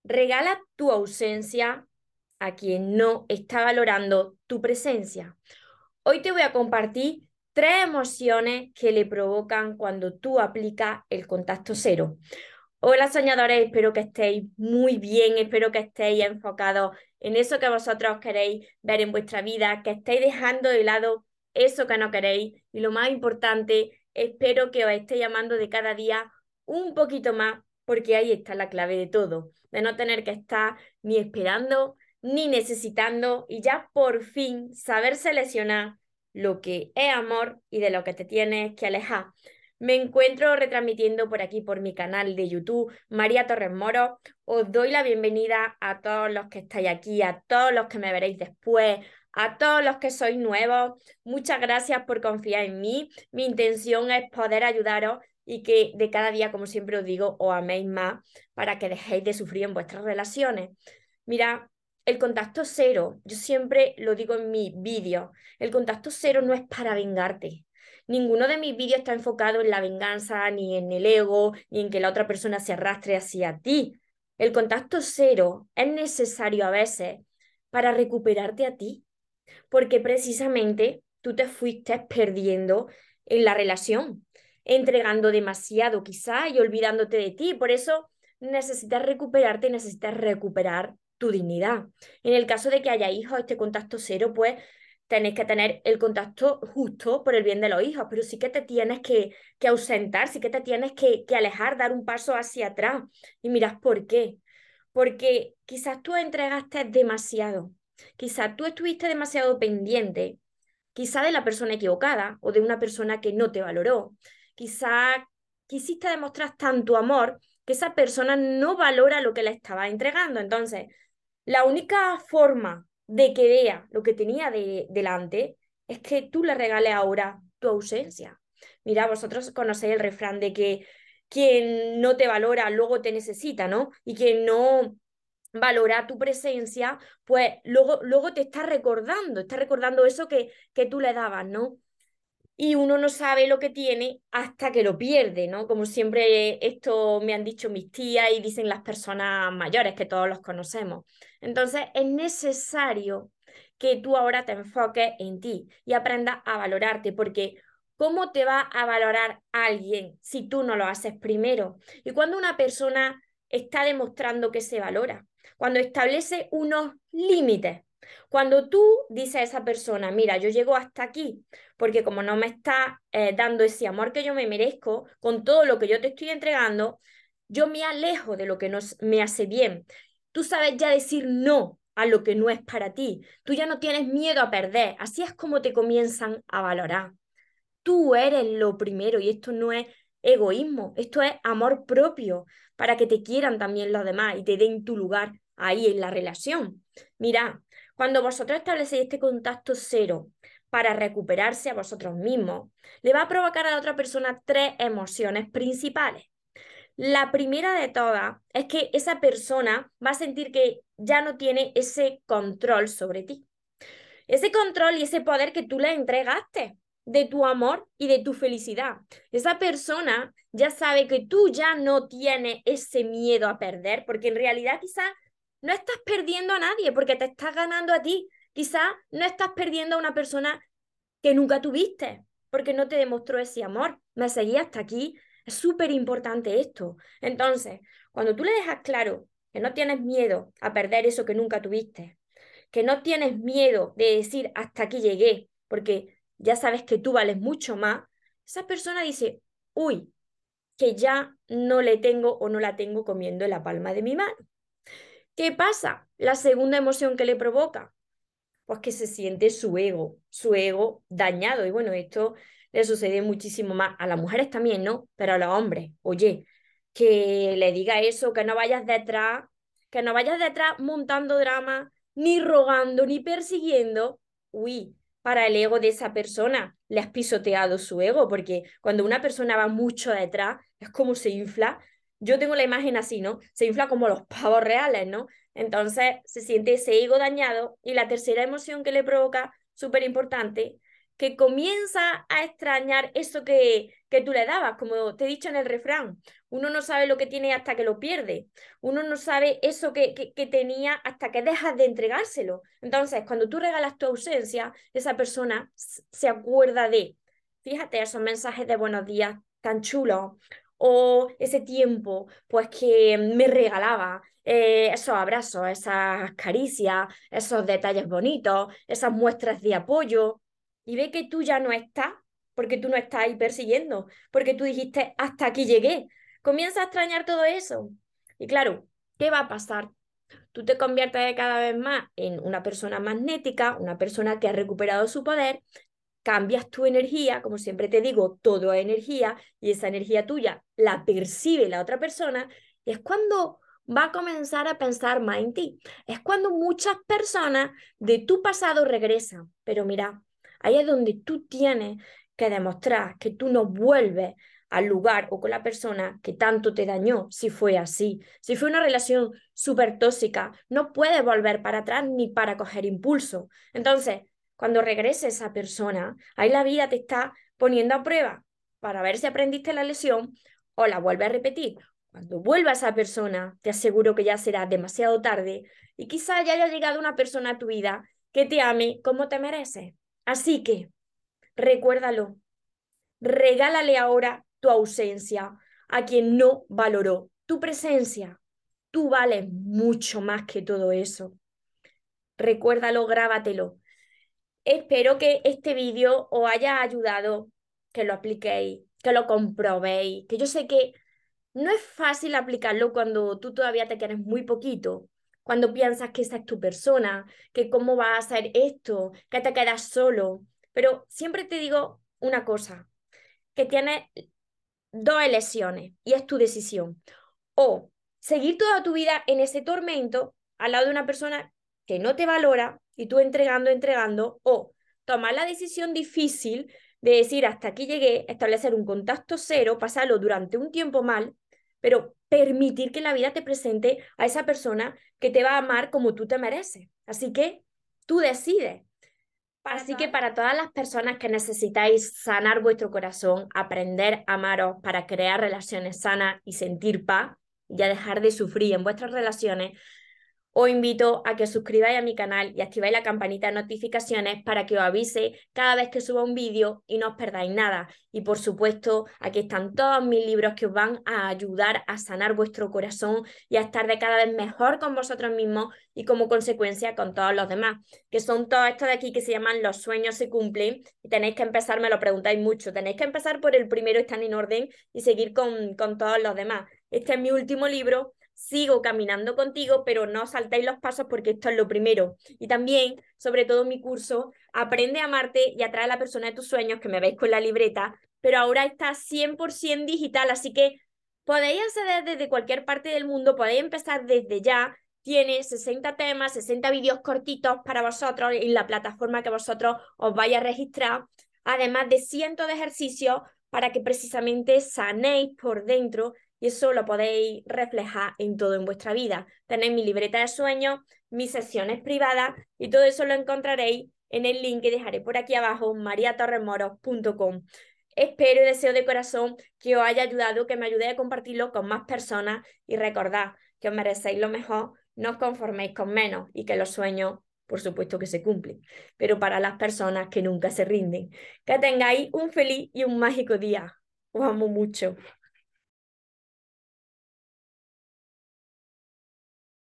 Regala tu ausencia a quien no está valorando tu presencia. Hoy te voy a compartir 3 emociones que le provocan cuando tú aplicas el contacto cero. Hola soñadores, espero que estéis muy bien, espero que estéis enfocados en eso que vosotros queréis ver en vuestra vida, que estéis dejando de lado eso que no queréis y lo más importante, espero que os esté llamando de cada día un poquito más, porque ahí está la clave de todo, de no tener que estar ni esperando ni necesitando y ya por fin saber seleccionar lo que es amor y de lo que te tienes que alejar. Me encuentro retransmitiendo por aquí, por mi canal de YouTube, María Torres Moro. Os doy la bienvenida a todos los que estáis aquí, a todos los que me veréis después, a todos los que sois nuevos. Muchas gracias por confiar en mí. Mi intención es poder ayudaros y que de cada día, como siempre os digo, os améis más para que dejéis de sufrir en vuestras relaciones. Mira, el contacto cero, yo siempre lo digo en mis vídeos, el contacto cero no es para vengarte. Ninguno de mis vídeos está enfocado en la venganza, ni en el ego, ni en que la otra persona se arrastre hacia ti. El contacto cero es necesario a veces para recuperarte a ti, porque precisamente tú te fuiste perdiendo en la relación, entregando demasiado quizá y olvidándote de ti. Por eso necesitas recuperarte, necesitas recuperar tu dignidad. En el caso de que haya hijos, este contacto cero, pues tenéis que tener el contacto justo por el bien de los hijos, pero sí que te tienes que ausentar, sí que te tienes que alejar, dar un paso hacia atrás. Y mirad por qué. Porque quizás tú entregaste demasiado, quizás tú estuviste demasiado pendiente, quizá de la persona equivocada o de una persona que no te valoró. Quizá quisiste demostrar tanto amor que esa persona no valora lo que le estaba entregando. Entonces, la única forma de que vea lo que tenía delante es que tú le regales ahora tu ausencia. Mira, vosotros conocéis el refrán de que quien no te valora luego te necesita, ¿no? Y quien no valora tu presencia, pues luego te está recordando eso que tú le dabas, ¿no? Y uno no sabe lo que tiene hasta que lo pierde, ¿no? Como siempre esto me han dicho mis tías y dicen las personas mayores, que todos los conocemos. Entonces es necesario que tú ahora te enfoques en ti y aprendas a valorarte, porque ¿cómo te va a valorar alguien si tú no lo haces primero? Y cuando una persona está demostrando que se valora, cuando establece unos límites, cuando tú dices a esa persona, mira, yo llego hasta aquí, porque como no me está dando ese amor que yo me merezco, con todo lo que yo te estoy entregando, yo me alejo de lo que me hace bien. Tú sabes ya decir no a lo que no es para ti. Tú ya no tienes miedo a perder. Así es como te comienzan a valorar. Tú eres lo primero y esto no es egoísmo, esto es amor propio para que te quieran también los demás y te den tu lugar ahí en la relación. Mira, cuando vosotros establecéis este contacto cero para recuperarse a vosotros mismos, le va a provocar a la otra persona 3 emociones principales. La primera de todas es que esa persona va a sentir que ya no tiene ese control sobre ti, ese control y ese poder que tú le entregaste de tu amor y de tu felicidad. Esa persona ya sabe que tú ya no tienes ese miedo a perder, porque en realidad quizás no estás perdiendo a nadie, porque te estás ganando a ti. Quizás no estás perdiendo a una persona que nunca tuviste, porque no te demostró ese amor. Me seguí hasta aquí. Es súper importante esto. Entonces, cuando tú le dejas claro que no tienes miedo a perder eso que nunca tuviste, que no tienes miedo de decir hasta aquí llegué, porque ya sabes que tú vales mucho más, esa persona dice, uy, que ya no le tengo o no la tengo comiendo en la palma de mi mano. ¿Qué pasa? La segunda emoción que le provoca, pues que se siente su ego dañado. Y bueno, esto le sucede muchísimo más a las mujeres también, ¿no? Pero a los hombres, oye, que le diga eso, que no vayas detrás montando drama, ni rogando, ni persiguiendo. Uy, para el ego de esa persona le has pisoteado su ego, porque cuando una persona va mucho detrás, es como se infla. Yo tengo la imagen así, ¿no? Se infla como los pavos reales, ¿no? Entonces se siente ese ego dañado y la tercera emoción que le provoca, súper importante, que comienza a extrañar eso que tú le dabas, como te he dicho en el refrán. Uno no sabe lo que tiene hasta que lo pierde. Uno no sabe eso que tenía hasta que dejas de entregárselo. Entonces, cuando tú regalas tu ausencia, esa persona se acuerda de, fíjate, esos mensajes de buenos días tan chulos, o ese tiempo pues que me regalaba, esos abrazos, esas caricias, esos detalles bonitos, esas muestras de apoyo, y ve que tú ya no estás, porque tú no estás ahí persiguiendo, porque tú dijiste, hasta aquí llegué. Comienza a extrañar todo eso. Y claro, ¿qué va a pasar? Tú te conviertes cada vez más en una persona magnética, una persona que ha recuperado su poder, cambias tu energía, como siempre te digo, todo es energía, y esa energía tuya la percibe la otra persona, y es cuando va a comenzar a pensar más en ti. Es cuando muchas personas de tu pasado regresan. Pero mira, ahí es donde tú tienes que demostrar que tú no vuelves al lugar o con la persona que tanto te dañó, si fue así. Si fue una relación súper tóxica, no puedes volver para atrás ni para coger impulso. Entonces, cuando regrese esa persona, ahí la vida te está poniendo a prueba para ver si aprendiste la lección o la vuelves a repetir. Cuando vuelva esa persona, te aseguro que ya será demasiado tarde y quizá ya haya llegado una persona a tu vida que te ame como te mereces. Así que recuérdalo, regálale ahora tu ausencia a quien no valoró tu presencia. Tú vales mucho más que todo eso. Recuérdalo, grábatelo. Espero que este vídeo os haya ayudado, que lo apliquéis, que lo comprobéis, que yo sé que no es fácil aplicarlo cuando tú todavía te quieres muy poquito, cuando piensas que esa es tu persona, que cómo vas a hacer esto, que te quedas solo. Pero siempre te digo una cosa, que tienes dos elecciones y es tu decisión. O seguir toda tu vida en ese tormento al lado de una persona que no te valora y tú entregando, entregando, o tomar la decisión difícil de decir hasta aquí llegué, establecer un contacto cero, pasarlo durante un tiempo mal, pero permitir que la vida te presente a esa persona que te va a amar como tú te mereces. Así que tú decides. Así que para todas las personas que necesitáis sanar vuestro corazón, aprender a amaros para crear relaciones sanas y sentir paz, y ya dejar de sufrir en vuestras relaciones, os invito a que os suscribáis a mi canal y activáis la campanita de notificaciones para que os avise cada vez que suba un vídeo y no os perdáis nada. Y por supuesto, aquí están todos mis libros que os van a ayudar a sanar vuestro corazón y a estar de cada vez mejor con vosotros mismos y como consecuencia con todos los demás, que son todos estos de aquí que se llaman Los sueños se cumplen. Y tenéis que empezar, me lo preguntáis mucho, tenéis que empezar por el primero, están en orden, y seguir con todos los demás. Este es mi último libro. Sigo caminando contigo, pero no saltéis los pasos porque esto es lo primero. Y también, sobre todo mi curso, Aprende a amarte y atrae a la persona de tus sueños, que me veis con la libreta, pero ahora está 100% digital, así que podéis acceder desde cualquier parte del mundo, podéis empezar desde ya. Tiene 60 temas, 60 vídeos cortitos para vosotros en la plataforma que vosotros os vais a registrar, además de cientos de ejercicios para que precisamente sanéis por dentro, y eso lo podéis reflejar en todo en vuestra vida. Tenéis mi libreta de sueños, mis sesiones privadas, y todo eso lo encontraréis en el link que dejaré por aquí abajo, mariatorremoros.com. Espero y deseo de corazón que os haya ayudado, que me ayudéis a compartirlo con más personas, y recordad que os merecéis lo mejor, no os conforméis con menos, y que los sueños, por supuesto que se cumplen, pero para las personas que nunca se rinden. Que tengáis un feliz y un mágico día. Os amo mucho.